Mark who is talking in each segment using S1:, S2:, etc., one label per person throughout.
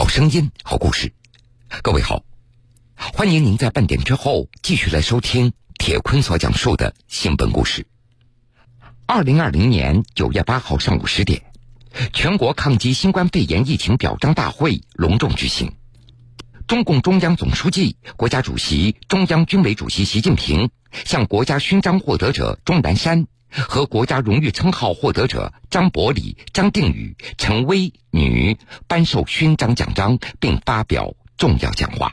S1: 声音，好故事。各位好，欢迎您在半点之后继续来收听铁坤所讲述的新闻故事。2020年9月8号上午10点，全国抗击新冠肺炎疫情表彰大会隆重举行。中共中央总书记、国家主席、中央军委主席习近平向国家勋章获得者钟南山和国家荣誉称号获得者张伯礼、张定宇、陈薇女颁授勋章奖章，并发表重要讲话。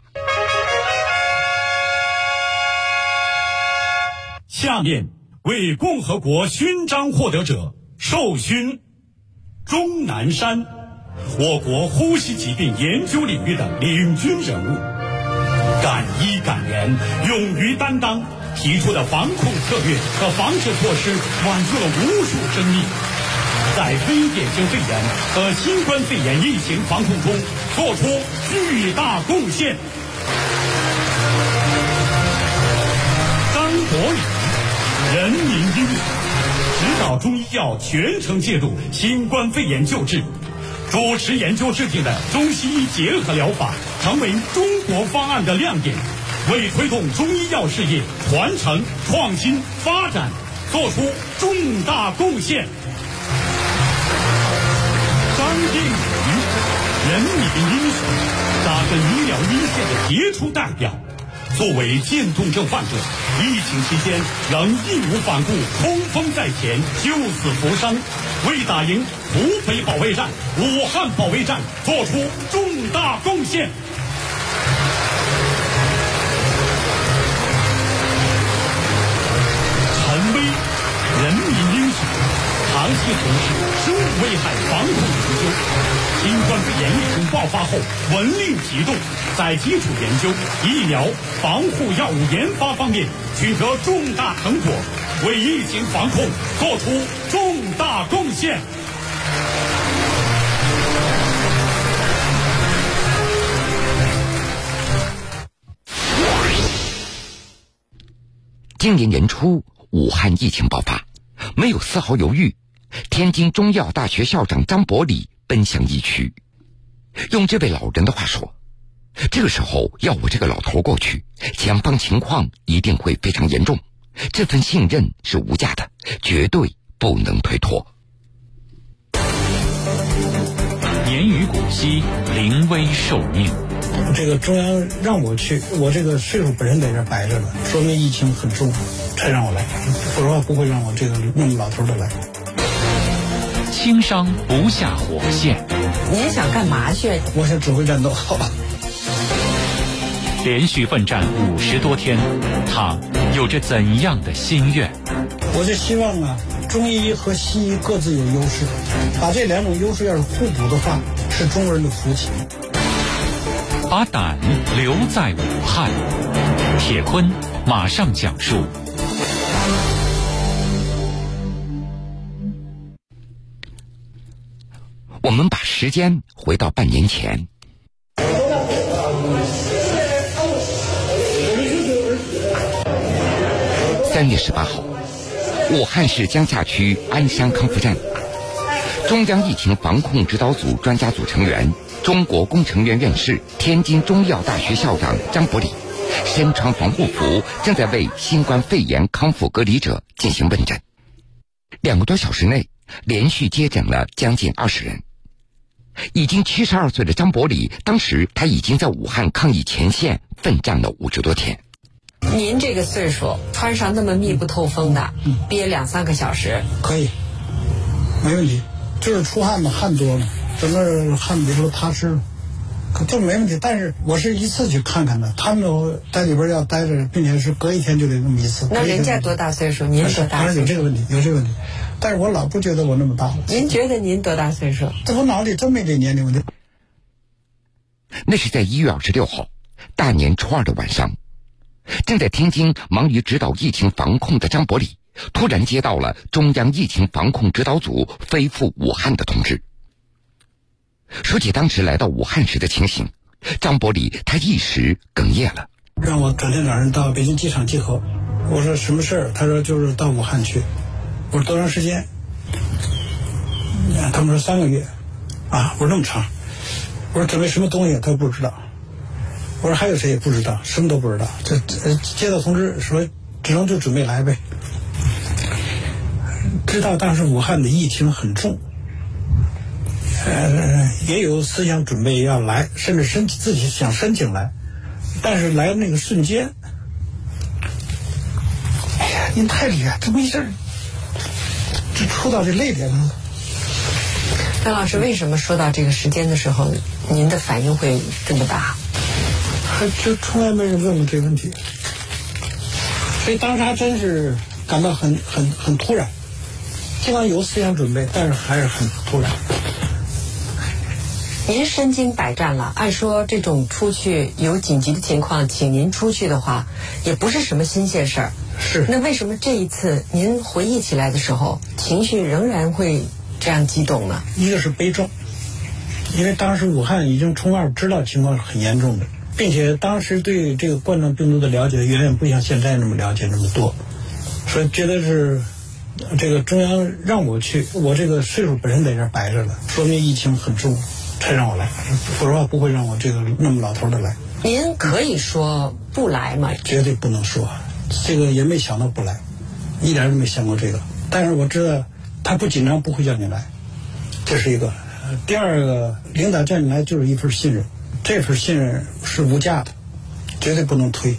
S2: 下面为共和国勋章获得者授勋。钟南山，我国呼吸疾病研究领域的领军人物，敢医敢言，勇于担当，提出的防控策略和防治措施挽救了无数生命，在非典型肺炎和新冠肺炎疫情防控中做出巨大贡献。张伯礼，人民英雄，指导中医药全程介入新冠肺炎救治，主持研究制定的中西医结合疗法成为中国方案的亮点，为推动中医药事业传承、创新、发展做出重大贡献。张定宇，人民英雄，扎根医疗一线的杰出代表。作为渐冻症患者，疫情期间仍义无反顾，冲锋在前，救死扶伤，为打赢土匪保卫战、武汉保卫战做出重大贡献。陈薇，人民英雄，长期从事生物危害防控研究，新冠肺炎疫情爆发后闻令启动，在基础研究、疫苗、防护药物研发方面取得重大成果，为疫情防控做出重大贡献。
S1: 今年年初，武汉疫情爆发，没有丝毫犹豫，天津中药大学校长张伯礼奔向疫区。用这位老人的话说，这个时候要我这个老头过去，前方情况一定会非常严重，这份信任是无价的，绝对不能推脱。
S3: 年逾古稀，临危受命。
S4: 这个中央让我去，我这个岁数本身在这摆着了，说明疫情很重，才让我来。否则的话不会让我这个那么老头的来。
S3: 轻伤不下火线。
S5: 您想干嘛去？
S4: 我想指挥战斗。
S3: 连续奋战50多天，他有着怎样的心愿？
S4: 我就希望啊，中医和西医各自有优势，把这两种优势要是互补的话，是中国人的福气。
S3: 把胆留在武汉，铁坤马上讲述。
S1: 我们把时间回到半年前。3月18号，武汉市江夏区鞍山康复站，中央疫情防控指导组专家组成员、中国工程院院士、天津中药大学校长张伯礼，身穿防护服，正在为新冠肺炎康复隔离者进行问诊。2个多小时内，连续接诊了将近20人。已经72岁的张伯礼，当时他已经在武汉抗疫前线奋战了50多天。
S5: 您这个岁数，穿上那么密不透风的，憋2-3个小时，
S4: 可以，没问题。就是出汗嘛，汗多嘛，整个汗里头踏实，就没问题。但是我是一次去看看的，他们在里边要待着，并且是隔一天就得那么一次。
S5: 那人家多大岁数？您多大岁数？
S4: 有这个问题，有这个问题。但是我老不觉得我那么大了。
S5: 您觉得您多大岁数？
S4: 我脑里真没这年龄问题。
S1: 那是在1月26号，大年初2的晚上，正在天津忙于指导疫情防控的张伯礼，突然接到了中央疫情防控指导组飞赴武汉的通知。说起当时来到武汉时的情形，张伯礼他一时哽咽了。
S4: 让我转天早上到北京机场集合。我说什么事儿？他说就是到武汉去。我说多长时间？他们说3个月。啊，我说那么长。 我说准备什么东西，他不知道。我说还有谁也不知道，什么都不知道。这接到通知说只能就准备来呗。知道当时武汉的疫情很重，也有思想准备要来，甚至自己想申请来，但是来的那个瞬间，哎呀，您太厉害，这么一下就触到这泪点了。
S5: 张老师，为什么说到这个时间的时候，您的反应会这么大？
S4: 就从来没人问过这个问题，所以当时还真是感到很突然。尽管有思想准备，但是还是很突然。
S5: 您身经百战了，按说这种出去有紧急的情况，请您出去的话，也不是什么新鲜事儿。
S4: 是。
S5: 那为什么这一次您回忆起来的时候，情绪仍然会这样激动呢？
S4: 一个是悲壮，因为当时武汉已经从外知道情况是很严重的，并且当时对这个冠状病毒的了解远远不像现在那么了解那么多，所以觉得是这个中央让我去，我这个岁数本身在这摆着了，说明疫情很重，才让我来。否则的话不会让我这个那么老头的来。
S5: 您可以说不来吗？
S4: 绝对不能说，这个也没想到不来，一点都没想过这个。但是我知道他不紧张不会叫你来，这是一个。第二个，领导叫你来就是一份信任，这份信任是无价的，绝对不能推。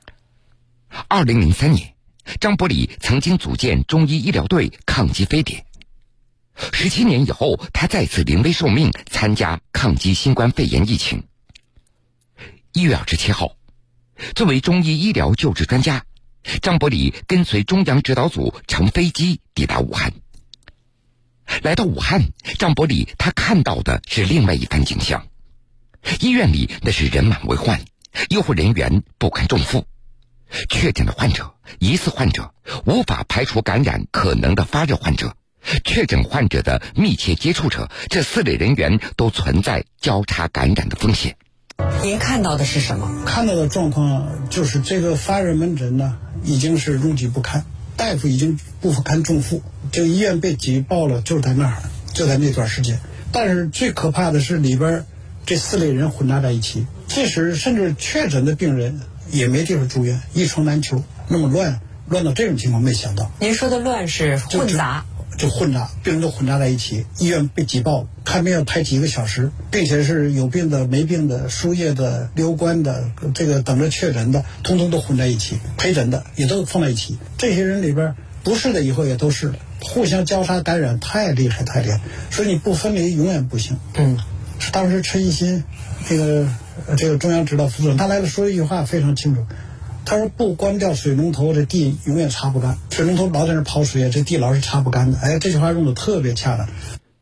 S1: 2003年，张伯礼曾经组建中医医疗队抗击非典。17年以后，他再次临危受命，参加抗击新冠肺炎疫情。1月27号，作为中医医疗救治专家，张伯礼跟随中央指导组乘飞机抵达武汉。来到武汉，张伯礼他看到的是另外一番景象。医院里那是人满为患，医护人员不堪重负，确诊的患者、疑似患者、无法排除感染可能的发热患者、确诊患者的密切接触者，这4类人员都存在交叉感染的风险。
S5: 您看到的是什么？
S4: 看到的状况就是这个发热门诊呢已经是拥挤不堪，大夫已经不堪重负，这个医院被挤爆了，就在那儿，就在那段时间。但是最可怕的是里边这4类人混杂在一起，即使甚至确诊的病人也没地方住院，一床难求，那么乱到这种情况没想到。
S5: 您说的乱是混杂，
S4: 就混杂，病人都混杂在一起，医院被挤爆了，看病要排几个小时，并且是有病的、没病的、输液的、留观的，这个等着确诊的，通通都混在一起，陪诊的也都放在一起。这些人里边不是的以后也都是了，互相交叉感染，太厉害。所以你不分离永远不行。当时陈一新这个中央指导副主任，他来了说一句话非常清楚。他说不关掉水龙头，这地永远擦不干。水龙头老在那跑水，这地老是擦不干的。哎，这句话用的特别恰当。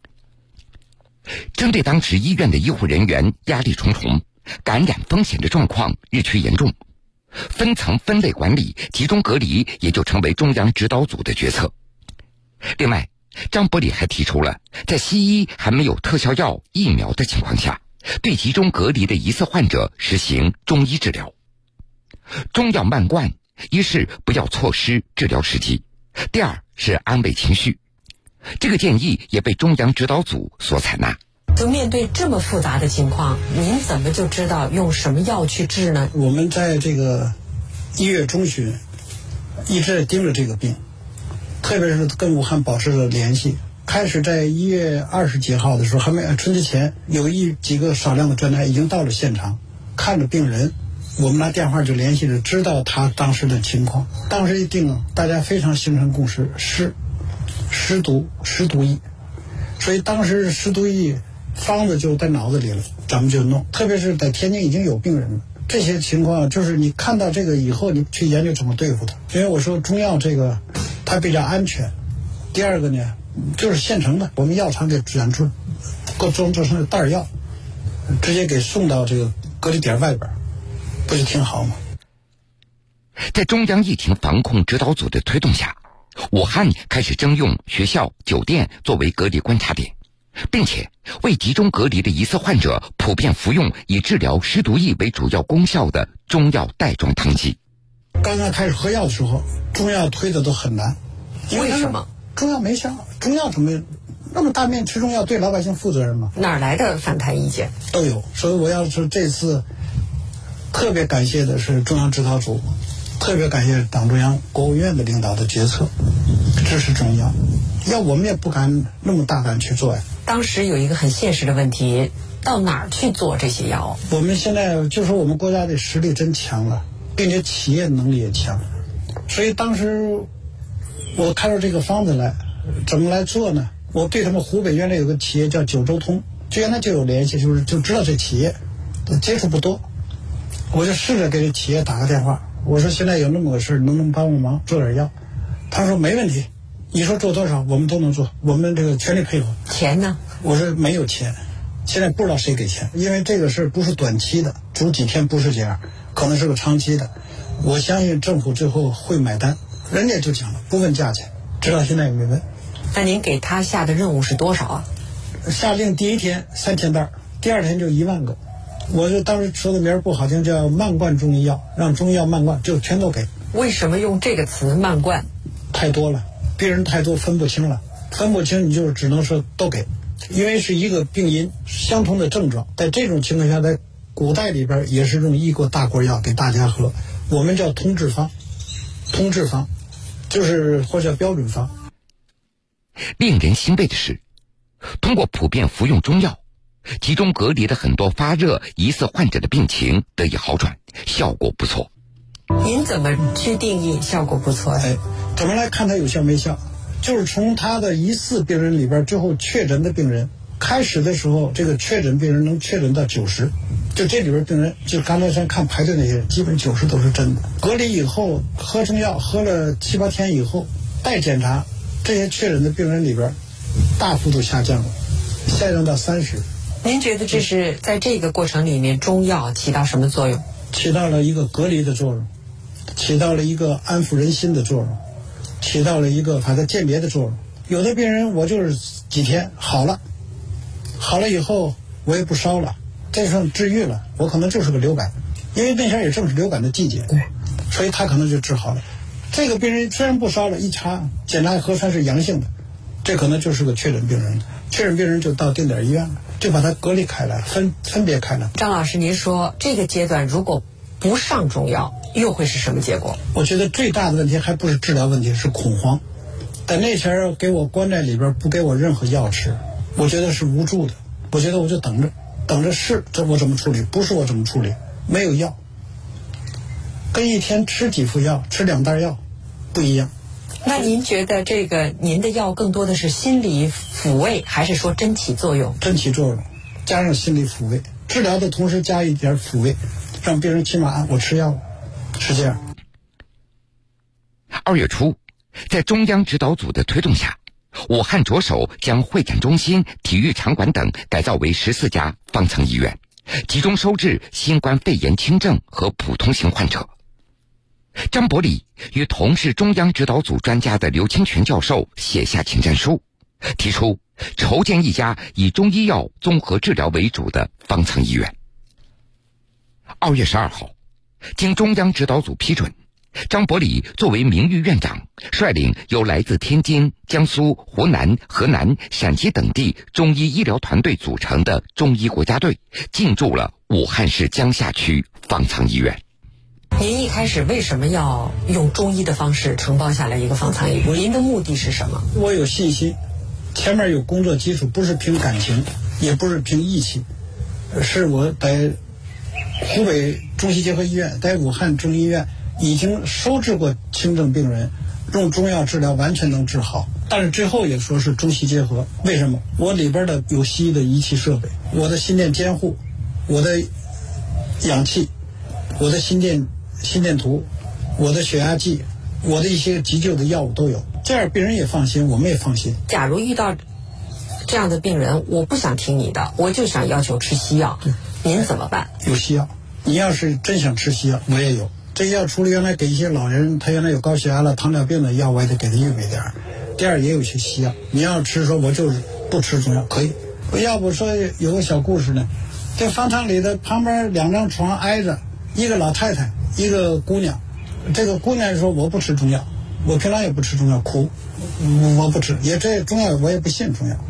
S1: 针对当时医院的医护人员压力重重，感染风险的状况日趋严重，分层分类管理、集中隔离也就成为中央指导组的决策。另外，张伯礼还提出了在西医还没有特效药、疫苗的情况下，对集中隔离的疑似患者实行中医治疗。中药慢灌，一是不要错失治疗时机，第二是安慰情绪。这个建议也被中央指导组所采纳。
S5: 就面对这么复杂的情况，您怎么就知道用什么药去治呢？
S4: 我们在这个1月中旬一直在盯着这个病，特别是跟武汉保持着联系。开始在1月20几号的时候，还没春节前，有几个少量的专家已经到了现场，看着病人。我们拿电话就联系着，知道他当时的情况。当时一定大家非常形成共识，湿毒液。所以当时湿毒液方子就在脑子里了，咱们就弄。特别是在天津已经有病人了，这些情况就是你看到这个以后，你去研究怎么对付它。因为我说中药这个它比较安全。第二个呢，就是现成的，我们药厂给转出，做成袋药，直接给送到这个隔离点外边。不是挺好吗？
S1: 在中央疫情防控指导组的推动下，武汉开始征用学校、酒店作为隔离观察点，并且为集中隔离的疑似患者普遍服用以治疗湿毒液为主要功效的中药袋装汤剂。
S4: 刚刚开始喝药的时候，中药推的都很难。
S5: 为什么？
S4: 中药没效，中药怎么那么大面吃中药对老百姓负责任吗？
S5: 哪儿来的反弹意见？
S4: 都有。所以我要是这次特别感谢的是中央指导组，特别感谢党中央、国务院的领导的决策，支持中药。要我们也不敢那么大胆去做呀。
S5: 当时有一个很现实的问题，到哪儿去做这些药？
S4: 我们现在就说我们国家的实力真强了，并且企业能力也强，所以当时我看到这个方子来，怎么来做呢？我对他们湖北原来有个企业叫九州通，就原来就有联系，就知道这企业，接触不多，我就试着给这企业打个电话，我说现在有那么个事，能不能帮我忙做点药？他说没问题，你说做多少我们都能做，我们这个全力配合。
S5: 钱呢？
S4: 我说没有钱，现在不知道谁给钱，因为这个事不是短期的，煮几天不是这样，可能是个长期的。我相信政府最后会买单，人家就讲了不问价钱，直到现在也没问。
S5: 那您给他下的任务是多少啊？
S4: 下令第一天3000袋，第二天就1万个。我就当时说的名儿不好听，叫漫灌中医药，让中医药漫灌，就全都给。
S5: 为什么用这个词漫灌？
S4: 太多了，病人太多分不清了，分不清你就只能说都给，因为是一个病因，相同的症状，在这种情况下，在古代里边也是用一锅大锅药给大家喝，我们叫通治方，通治方就是或者叫标准方。
S1: 令人欣慰的是，通过普遍服用中药，集中隔离的很多发热疑似患者的病情得以好转，效果不错。
S5: 您怎么去定义效果不错呀？
S4: 怎么来看它有效没效？就是从他的疑似病人里边，最后确诊的病人，开始的时候这个确诊病人能确诊到90%，就这里边病人，就刚才咱看排队那些，基本90%都是真的。隔离以后喝中药，喝了7、8天以后再检查，这些确诊的病人里边大幅度下降了，下降到30%。
S5: 您觉得这是在这个过程里面中药起到什么作用？
S4: 起到了一个隔离的作用，起到了一个安抚人心的作用，起到了一个把它鉴别的作用。有的病人我就是几天好了，好了以后我也不烧了，这算治愈了，我可能就是个流感，因为那前也正是流感的季节，
S5: 对，
S4: 所以他可能就治好了。这个病人虽然不烧了，一查检查核酸是阳性的，这可能就是个确诊病人，确诊病人就到定点医院了，就把它隔离开来，分别开来。
S5: 张老师，您说这个阶段如果不上中药，又会是什么结果？
S4: 我觉得最大的问题还不是治疗问题，是恐慌。在那前儿给我关在里边，不给我任何药吃，我觉得是无助的。我觉得我就等着是这我怎么处理，不是我怎么处理，没有药，跟一天吃几副药，吃2袋药不一样。
S5: 那您觉得这个您的药更多的是心理抚慰，还是说真起作用？
S4: 真起作用，加上心理抚慰，治疗的同时加一点抚慰，让病人起码我吃药了，是这样。
S1: 2月初，在中央指导组的推动下，武汉着手将会展中心、体育场馆等改造为14家方舱医院，集中收治新冠肺炎轻症和普通型患者。张伯礼与同是中央指导组专家的刘清泉教授写下请战书，提出筹建一家以中医药综合治疗为主的方舱医院。2月12号，经中央指导组批准，张伯礼作为名誉院长，率领由来自天津、江苏、湖南、河南、陕西等地中医医疗团队组成的中医国家队，进驻了武汉市江夏区方舱医院。
S5: 您一开始为什么要用中医的方式承包下来一个方舱医院？您的目的是什么？
S4: 我有信心，前面有工作基础，不是凭感情，也不是凭义气，是我在湖北中西结合医院，在武汉中医医院已经收治过轻症病人，用中药治疗完全能治好。但是最后也说是中西结合，为什么？我里边的有西医的仪器设备，我的心电监护，我的氧气，我的心电图，我的血压计，我的一些急救的药物都有，这样病人也放心，我们也放心。
S5: 假如遇到这样的病人，我不想听你的，我就想要求吃西药，您怎么办？
S4: 有西药，你要是真想吃西药，我也有。这药除了原来给一些老人，他原来有高血压了、糖尿病的药，我也得给他预备点儿。第二，也有一些西药，你要吃说我就是不吃中药可以。要不说有个小故事呢，这方舱里的旁边2张床挨着，一个老太太，一个姑娘。这个姑娘说我不吃中药，我平常也不吃中药，苦，我不吃，也这中药我也不信中药。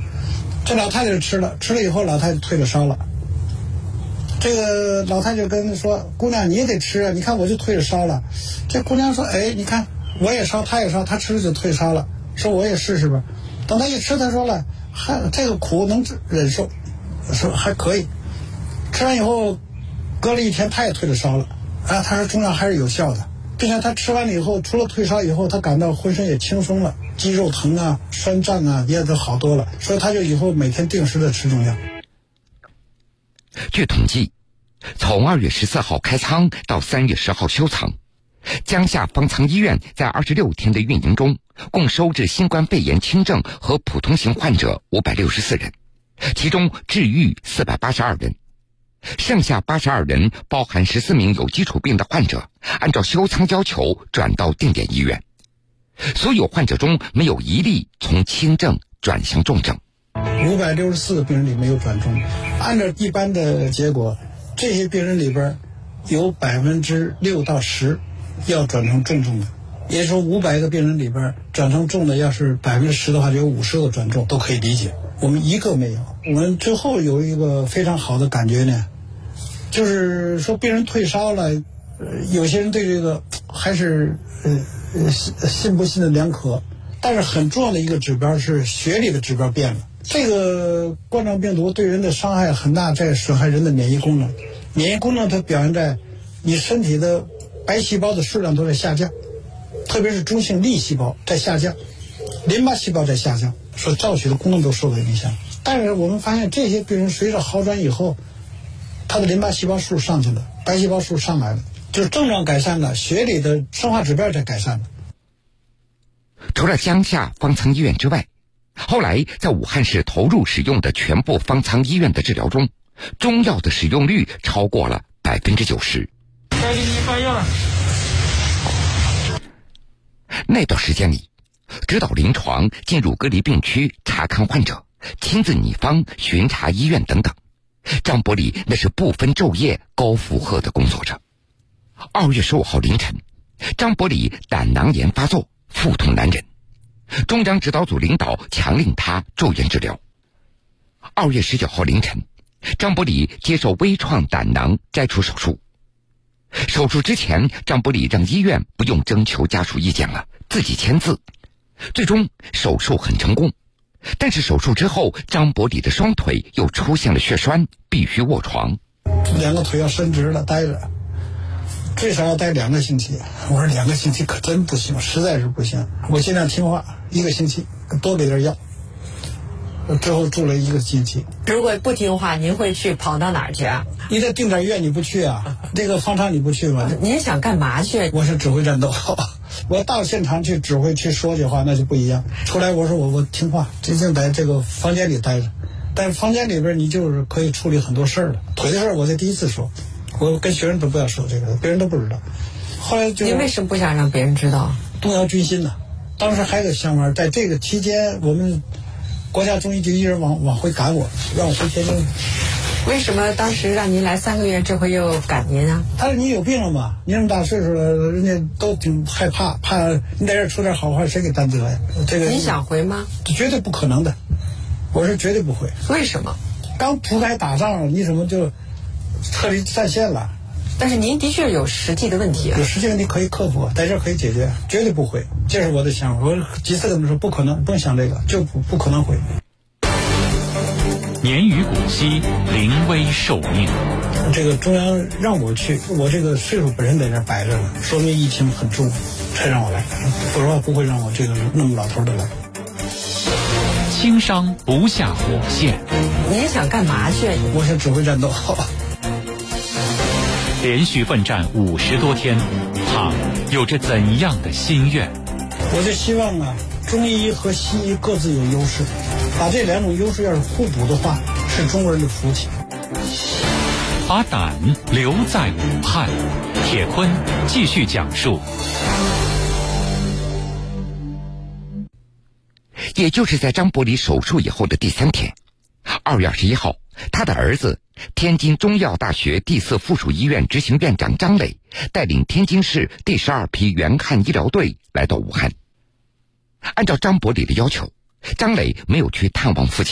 S4: 这老太太吃了以后，老太太退了烧了。这个老太太跟她说：“姑娘，你也得吃啊！你看我就退了烧了。”这姑娘说：“哎，你看我也烧，她也烧，她吃了就退烧了。说我也试试吧。”等她一吃，她说了：“这个苦能忍受，说还可以。”吃完以后，隔了1天，她也退了烧了。她说中药还是有效的，并且她吃完了以后，除了退烧以后，她感到浑身也轻松了，肌肉疼啊、酸胀啊也都好多了。所以她就以后每天定时的吃中药。
S1: 据统计，从2月14号开仓到3月10号休仓，江夏方舱医院在26天的运营中，共收治新冠肺炎轻症和普通型患者564人，其中治愈482人，剩下82人包含14名有基础病的患者，按照休仓要求转到定点医院。所有患者中没有一例从轻症转向重症。
S4: 564个病人里没有转重，按照一般的结果，这些病人里边有6%到10%要转成重症的，也就是说500个病人里边转成重的，要是10%的话，就有50个转重，都可以理解。我们一个没有。我们最后有一个非常好的感觉呢，就是说病人退烧了，有些人对这个还是信不信的两可，但是很重要的一个指标是血里的指标变了。这个冠状病毒对人的伤害很大，在损害人的免疫功能。免疫功能它表现在你身体的白细胞的数量都在下降，特别是中性粒细胞在下降，淋巴细胞在下降，说造血的功能都受到影响。但是我们发现这些病人随着好转以后，他的淋巴细胞数上去了，白细胞数上来了，就是症状改善了，血里的生化指标在改善了。
S1: 除了江夏方舱医院之外，后来在武汉市投入使用的全部方舱医院的治疗中，中药的使用率超过了90%。
S6: 该给你发药了。
S1: 那段时间里，指导临床进入隔离病区查看患者，亲自拟方巡查医院等等，张伯礼那是不分昼夜高负荷的工作着。2月15号凌晨，张伯礼胆囊炎发作，腹痛难忍，中央指导组领导强令他住院治疗。2月19号凌晨，张伯礼接受微创胆囊摘除手术。手术之前，张伯礼让医院不用征求家属意见了，自己签字。最终手术很成功，但是手术之后，张伯礼的双腿又出现了血栓，必须卧床。
S4: 2个腿要伸直了待着，最少要待2个星期。我说2个星期可真不行，实在是不行。我尽量听话，1个星期多给点药。之后住了1个星期。
S5: 如果不听话，您会去跑到哪儿去啊？
S4: 你在定点医院你不去啊？这个方舱你不去吗？
S5: 您想干嘛去？
S4: 我是指挥战斗，我到现场去指挥去说句话那就不一样。出来我说我听话，最近在这个房间里待着，但是房间里边你就是可以处理很多事儿了。腿的事儿我在第一次说，我跟学生都不要说这个，别人都不知道。后来就
S5: 您为什么不想让别人知道？
S4: 动摇军心呢。当时还有个想法，在这个期间我们国家中医局一人往回赶我，让我回天津。
S5: 为什么当时让您来3个月，这回又赶您啊？
S4: 他说你有病了嘛，你那么大岁数了，人家都挺害怕，怕你在这出点好话，谁给担责呀？这个
S5: 你想回吗？
S4: 绝对不可能的，我是绝对不会。
S5: 为什么？
S4: 刚铺开打仗了，你怎么就撤离战线了？
S5: 但是您的确有实际的问题啊。
S4: 有实际问题可以克服，在这可以解决，绝对不会。这是我的想法，我几次跟他们说不可能，不用想这个，就不可能会。
S3: 年逾古稀，临危受命。
S4: 这个中央让我去，我这个岁数本身在这摆着了，说明疫情很重，才让我来。否则不会让我这个那么老头的来。
S3: 轻伤不下火线。
S5: 您想干嘛去？
S4: 我想指挥战斗。
S3: 连续奋战50多天，他有着怎样的心愿？
S4: 我就希望啊，中医和西医各自有优势，把这2种优势要是互补的话，是中国人的福气。
S3: 把胆留在武汉，铁坤继续讲述。
S1: 也就是在张伯礼手术以后的第3天，2月21号，他的儿子天津中医药大学第4附属医院执行院长张磊带领天津市第12批援汉医疗队来到武汉。按照张伯礼的要求，张磊没有去探望父亲，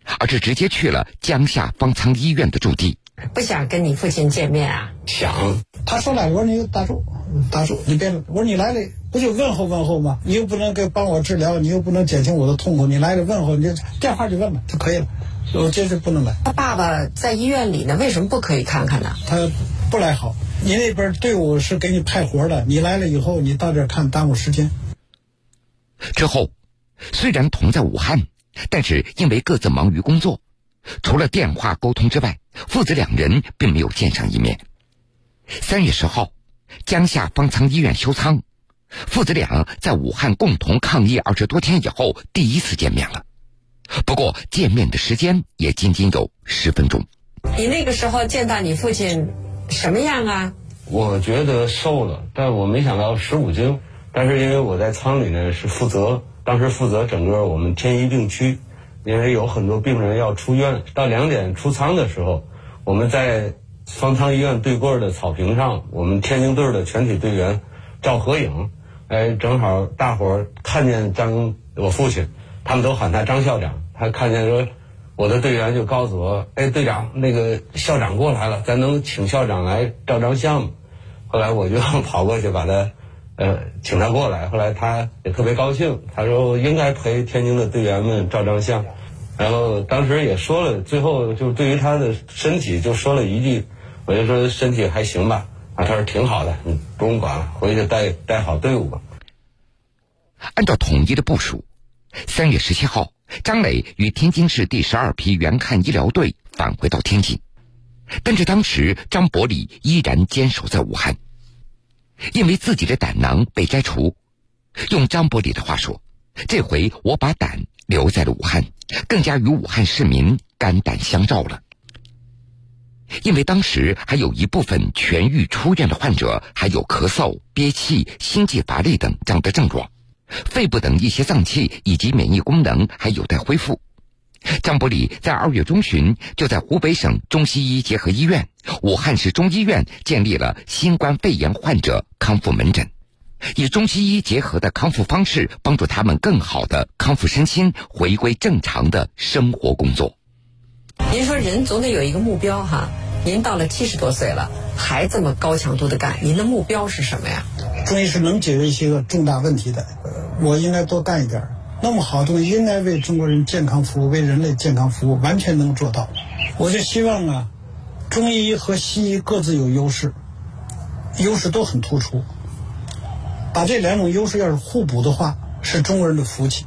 S1: 而是直接去了江夏方舱医院的驻地。
S5: 不想跟你父亲见面啊？
S4: 想。他说了，我说你大叔，你别，我说你来了不就问候问候吗？你又不能帮我治疗，你又不能减轻我的痛苦，你来了问候，你电话就问了就可以了。我坚持不能来。
S5: 他爸爸在医院里呢，为什么不可以看看呢？
S4: 他不来好，你那边队伍是给你派活的，你来了以后你到这儿看耽误时间。
S1: 之后虽然同在武汉，但是因为各自忙于工作，除了电话沟通之外，父子两人并没有见上一面。3月10号，江夏方舱医院休舱，父子俩在武汉共同抗疫20多天以后第一次见面了。不过见面的时间也仅仅有10分钟。
S5: 你那个时候见到你父亲什么样啊？
S7: 我觉得瘦了，但我没想到15斤。但是因为我在舱里呢是当时负责整个我们天一病区，因为有很多病人要出院，到2点出舱的时候，我们在方舱医院对过的草坪上，我们天津队的全体队员照合影。正好大伙儿看见我父亲，他们都喊他张校长，他看见说我的队员就告诉我，队长，那个校长过来了，咱能请校长来照张相吗？后来我就跑过去把他请他过来，后来他也特别高兴，他说我应该陪天津的队员们照张相。然后当时也说了，最后就对于他的身体就说了一句，我就说身体还行吧，他说挺好的，你不用管了，回去带好队伍吧。
S1: 按照统一的部署，3月17号，张磊与天津市第12批援汉医疗队返回到天津，但是当时张伯礼依然坚守在武汉，因为自己的胆囊被摘除。用张伯礼的话说，这回我把胆留在了武汉，更加与武汉市民肝胆相照了。因为当时还有一部分痊愈出院的患者还有咳嗽、憋气、心悸乏力等这样的症状，肺部等一些脏器以及免疫功能还有待恢复。张伯礼在2月中旬就在湖北省中西医结合医院、武汉市中医院建立了新冠肺炎患者康复门诊，以中西医结合的康复方式帮助他们更好的康复身心，回归正常的生活工作。
S5: 您说人总得有一个目标哈，您到了70多岁了，还这么高强度的干，您的目标是什么呀？
S4: 中医是能解决一些个重大问题的，我应该多干一点，那么好的东西应该为中国人健康服务，为人类健康服务，完全能做到。我就希望啊，中医和西医各自有优势，优势都很突出，把这2种优势要是互补的话，是中国人的福气。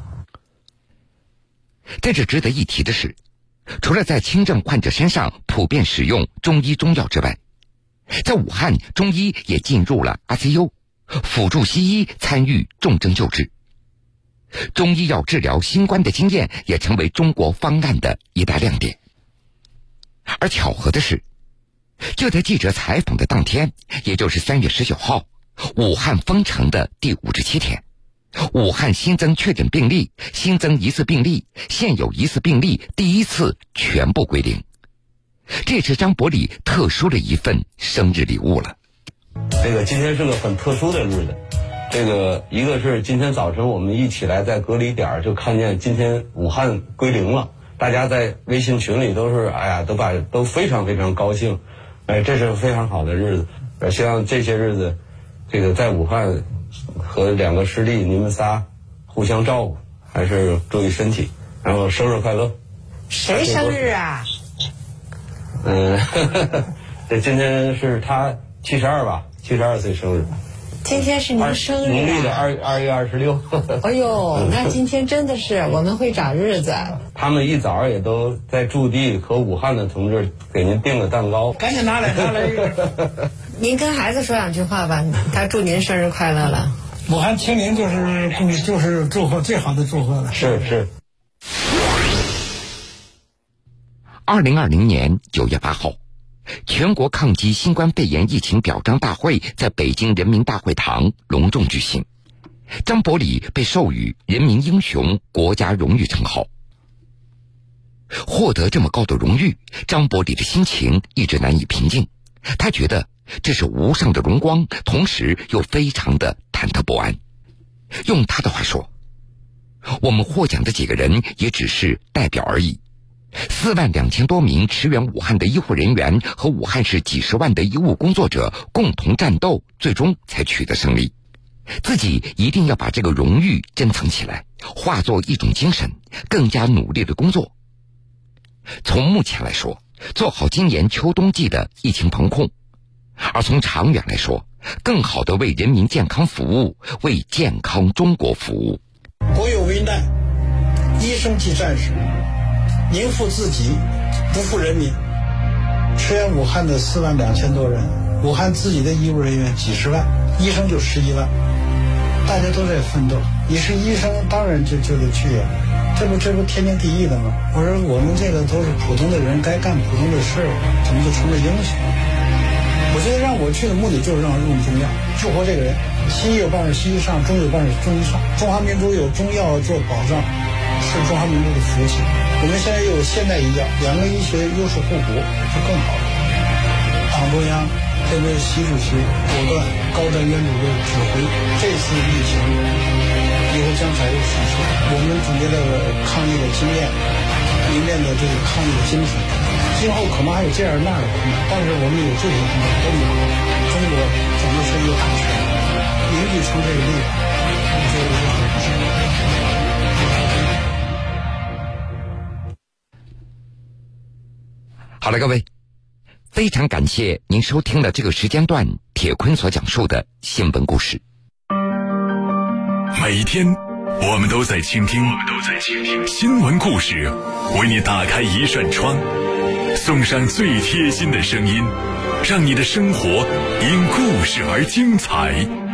S1: 在这值得一提的是，除了在轻症患者身上普遍使用中医中药之外，在武汉中医也进入了 ICU， 辅助西医参与重症救治。中医药治疗新冠的经验也成为中国方案的一大亮点。而巧合的是，就在记者采访的当天，也就是3月19号，武汉封城的第57天，武汉新增确诊病例、新增疑似病例、现有疑似病例第一次全部归零。这是张伯礼特殊的一份生日礼物了。
S7: 今天是个很特殊的日子，一个是今天早晨我们一起来在隔离点就看见今天武汉归零了，大家在微信群里都是都非常非常高兴，这是非常好的日子。希望这些日子在武汉和2个师弟你们仨互相照顾，还是注意身体，然后生日快乐。
S5: 谁生日啊？
S7: 这今天是他72吧，72岁生日。
S5: 今天是您生日啊？
S7: 农历的2月26。
S5: 哎呦，那今天真的是我们会找日子。
S7: 他们一早也都在驻地和武汉的同志给您订了蛋糕，
S4: 赶紧拿来一个。
S5: 您跟孩子说2句话吧，他祝您生日快乐了。
S4: 武汉清零就是祝贺，最好的祝贺了。
S7: 是。
S1: 2020年9月8号，全国抗击新冠肺炎疫情表彰大会在北京人民大会堂隆重举行，张伯礼被授予人民英雄国家荣誉称号。获得这么高的荣誉，张伯礼的心情一直难以平静，他觉得这是无上的荣光，同时又非常的忐忑不安。用他的话说，我们获奖的几个人也只是代表而已， 42000多名驰援武汉的医护人员和武汉市几十万的医务工作者共同战斗，最终才取得胜利。自己一定要把这个荣誉珍藏起来，化作一种精神，更加努力的工作。从目前来说，做好今年秋冬季的疫情防控，而从长远来说，更好地为人民健康服务，为健康中国服务。
S4: 国有危难，医生即战士，宁负自己，不负人民。驰援武汉的42000多人，武汉自己的医务人员几十万，医生就11万，大家都在奋斗。你是医生，当然就得去啊，这不天经地义的吗？我说我们这个都是普通的人，该干普通的事，怎么就成了英雄？我觉得让我去的目的就是让用中药救活这个人。西医有办法西医上，中医有办法中医上，中华民族有中药做保障，是中华民族的福气。我们现在又有现代医药，两个医学优势互补，就更好了。党中央特别是习主席果断高瞻远瞩的指挥，这次疫情以后将载入史册。我们总结了抗疫的经验，明面的这个抗疫的精神，今后可能还有这样那样的困难，但是我们有这些困难都没有。中国总的是一个大权，凝聚成这个力量，我觉得是很不错。
S1: 好了，各位，非常感谢您收听了这个时间段铁坤所讲述的新闻故事。
S8: 每天我们都在倾听新闻故事，为你打开一扇窗，送上最贴心的声音，让你的生活因故事而精彩。